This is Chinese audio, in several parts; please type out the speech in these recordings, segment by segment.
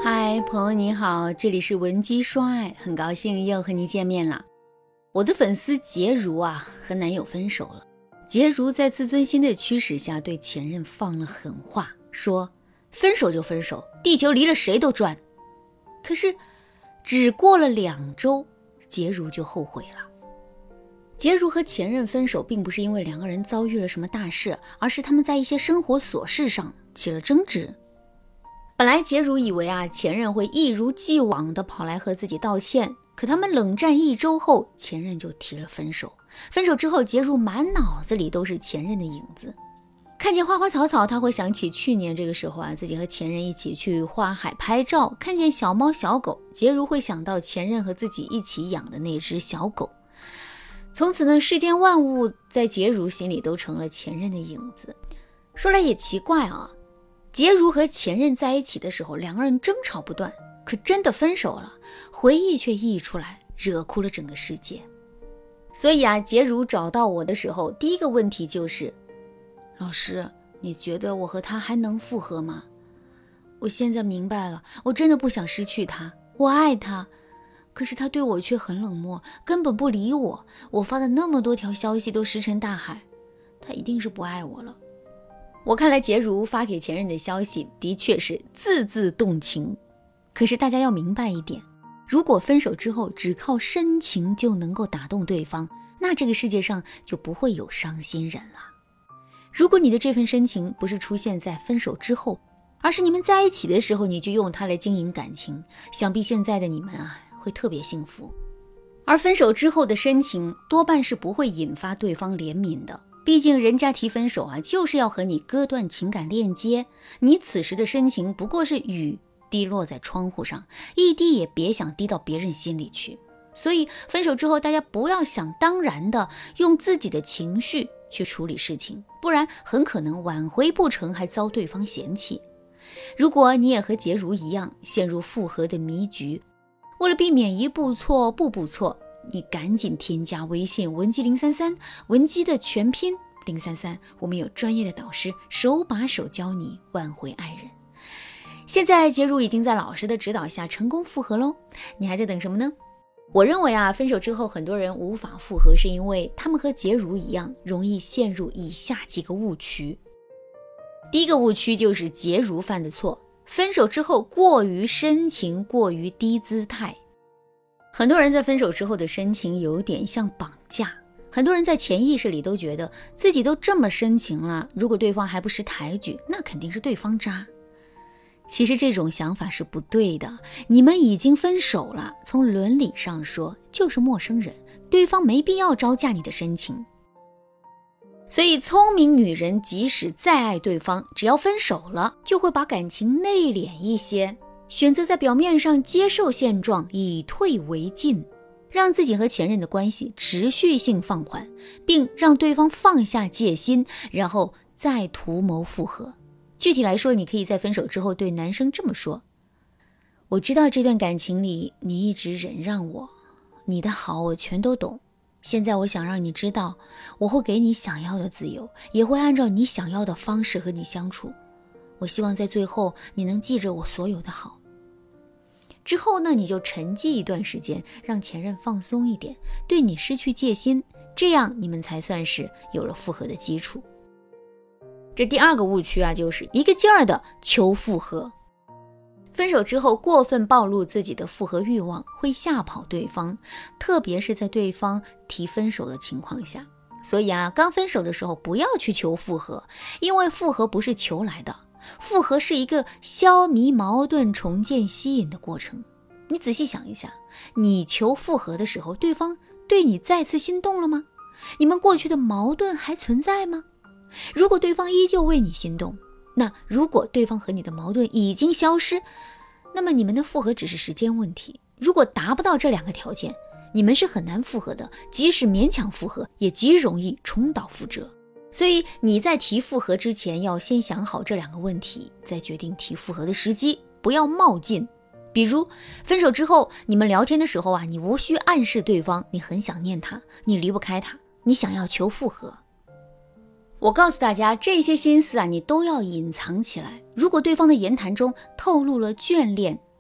嗨，朋友你好，这里是文姬说爱，很高兴又和你见面了。我的粉丝洁如和男友分手了。洁如在自尊心的驱使下对前任放了狠话，说分手就分手，地球离了谁都转。可是只过了2周，洁如就后悔了。洁如和前任分手并不是因为两个人遭遇了什么大事，而是他们在一些生活琐事上起了争执。本来洁如以为前任会一如既往地跑来和自己道歉，可他们冷战1周后，前任就提了分手。分手之后，洁如满脑子里都是前任的影子。看见花花草草，他会想起去年这个时候自己和前任一起去花海拍照，看见小猫小狗，洁如会想到前任和自己一起养的那只小狗。从此呢，世间万物在洁如心里都成了前任的影子。说来也奇怪洁如和前任在一起的时候，两个人争吵不断，可真的分手了，回忆却溢出来，惹哭了整个世界。所以洁如找到我的时候，第一个问题就是老师，你觉得我和他还能复合吗？我现在明白了，我真的不想失去他，我爱他，可是他对我却很冷漠，根本不理我，我发的那么多条消息都石沉大海，他一定是不爱我了。我看来洁如发给前任的消息的确是字字动情，可是大家要明白一点，如果分手之后只靠深情就能够打动对方，那这个世界上就不会有伤心人了。如果你的这份深情不是出现在分手之后，而是你们在一起的时候你就用它来经营感情，想必现在的你们会特别幸福。而分手之后的深情多半是不会引发对方怜悯的，毕竟人家提分手就是要和你割断情感链接，你此时的深情不过是雨滴落在窗户上，一滴也别想滴到别人心里去。所以分手之后，大家不要想当然的用自己的情绪去处理事情，不然很可能挽回不成，还遭对方嫌弃。如果你也和洁如一样陷入复合的迷局，为了避免一步错步步错，你赶紧添加微信文姬033，文姬的全拼033，我们有专业的导师手把手教你挽回爱人。现在洁如已经在老师的指导下成功复合咯，你还在等什么呢？我认为分手之后很多人无法复合，是因为他们和洁如一样容易陷入以下几个误区。第一个误区就是洁如犯的错，分手之后过于深情，过于低姿态。很多人在分手之后的深情有点像绑架，很多人在潜意识里都觉得自己都这么深情了，如果对方还不识抬举，那肯定是对方渣。其实这种想法是不对的，你们已经分手了，从伦理上说就是陌生人，对方没必要招架你的深情。所以聪明女人即使再爱对方，只要分手了，就会把感情内敛一些，选择在表面上接受现状，以退为进，让自己和前任的关系持续性放缓，并让对方放下戒心，然后再图谋复合。具体来说，你可以在分手之后对男生这么说：我知道这段感情里你一直忍让我，你的好我全都懂，现在我想让你知道，我会给你想要的自由，也会按照你想要的方式和你相处，我希望在最后你能记着我所有的好。之后呢，你就沉寂一段时间，让前任放松一点，对你失去戒心，这样你们才算是有了复合的基础。这第二个误区就是一个劲儿的求复合。分手之后过分暴露自己的复合欲望，会吓跑对方，特别是在对方提分手的情况下。所以刚分手的时候不要去求复合，因为复合不是求来的，复合是一个消弭矛盾、重建吸引的过程。你仔细想一下，你求复合的时候，对方对你再次心动了吗？你们过去的矛盾还存在吗？如果对方依旧为你心动，那如果对方和你的矛盾已经消失，那么你们的复合只是时间问题。如果达不到这2个条件，你们是很难复合的，即使勉强复合，也极容易重蹈覆辙。所以你在提复合之前，要先想好这2个问题，再决定提复合的时机，不要冒进。比如分手之后，你们聊天的时候你无需暗示对方你很想念他，你离不开他，你想要求复合。我告诉大家，这些心思你都要隐藏起来。如果对方的言谈中透露了眷恋，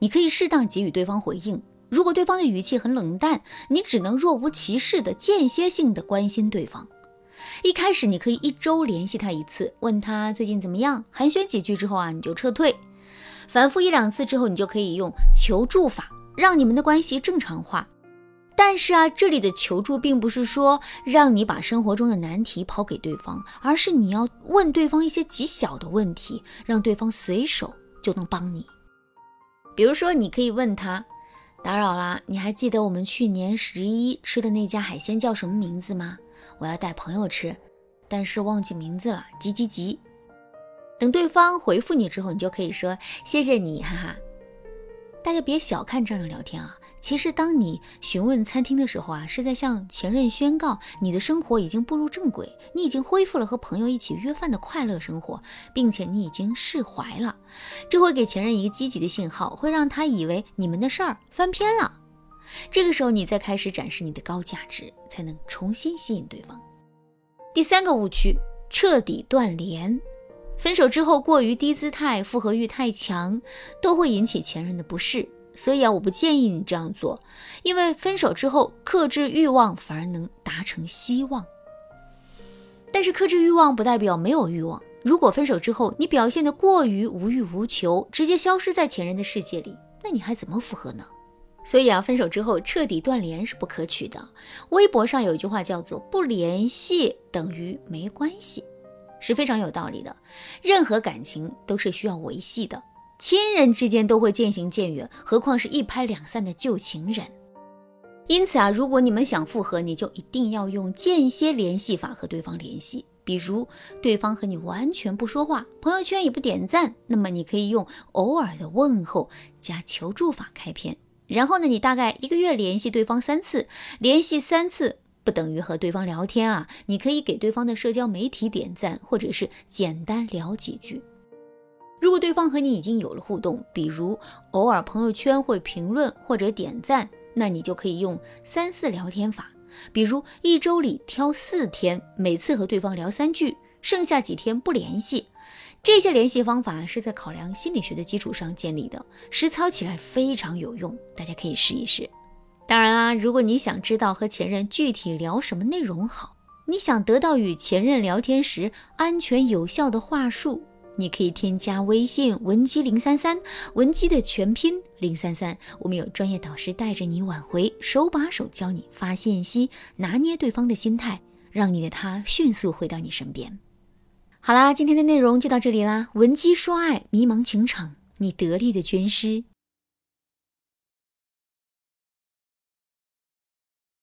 你可以适当给予对方回应。如果对方的语气很冷淡，你只能若无其事的间歇性的关心对方。一开始你可以1周联系他一次，问他最近怎么样，寒暄几句之后你就撤退。反复1-2次之后，你就可以用求助法，让你们的关系正常化。但是这里的求助并不是说让你把生活中的难题抛给对方，而是你要问对方一些极小的问题，让对方随手就能帮你。比如说你可以问他，打扰啦，你还记得我们去年11吃的那家海鲜叫什么名字吗？我要带朋友吃，但是忘记名字了，急。等对方回复你之后，你就可以说谢谢你，哈哈。大家别小看这样的聊天其实当你询问餐厅的时候是在向前任宣告你的生活已经步入正轨，你已经恢复了和朋友一起约饭的快乐生活，并且你已经释怀了。这会给前任一个积极的信号，会让他以为你们的事儿翻篇了。这个时候你再开始展示你的高价值，才能重新吸引对方。第3个误区，彻底断联。分手之后过于低姿态，复合欲太强，都会引起前任的不适。所以我不建议你这样做，因为分手之后克制欲望反而能达成希望。但是克制欲望不代表没有欲望，如果分手之后你表现得过于无欲无求，直接消失在前任的世界里，那你还怎么复合呢？所以分手之后彻底断联是不可取的。微博上有一句话叫做不联系等于没关系，是非常有道理的。任何感情都是需要维系的，亲人之间都会渐行渐远，何况是一拍两散的旧情人。因此如果你们想复合，你就一定要用间歇联系法和对方联系。比如对方和你完全不说话，朋友圈也不点赞，那么你可以用偶尔的问候加求助法开篇。然后你大概1个月联系对方3次，联系3次不等于和对方聊天你可以给对方的社交媒体点赞，或者是简单聊几句。如果对方和你已经有了互动，比如偶尔朋友圈会评论或者点赞，那你就可以用3-4聊天法。比如1周里挑4天，每次和对方聊3句，剩下几天不联系。这些联系方法是在考量心理学的基础上建立的，实操起来非常有用，大家可以试一试。当然如果你想知道和前任具体聊什么内容好，你想得到与前任聊天时安全有效的话术，你可以添加微信文姬033，文姬的全拼033，我们有专业导师带着你挽回，手把手教你发信息，拿捏对方的心态，让你的他迅速回到你身边。好啦，今天的内容就到这里啦。文姬说爱，迷茫情场，你得力的军师。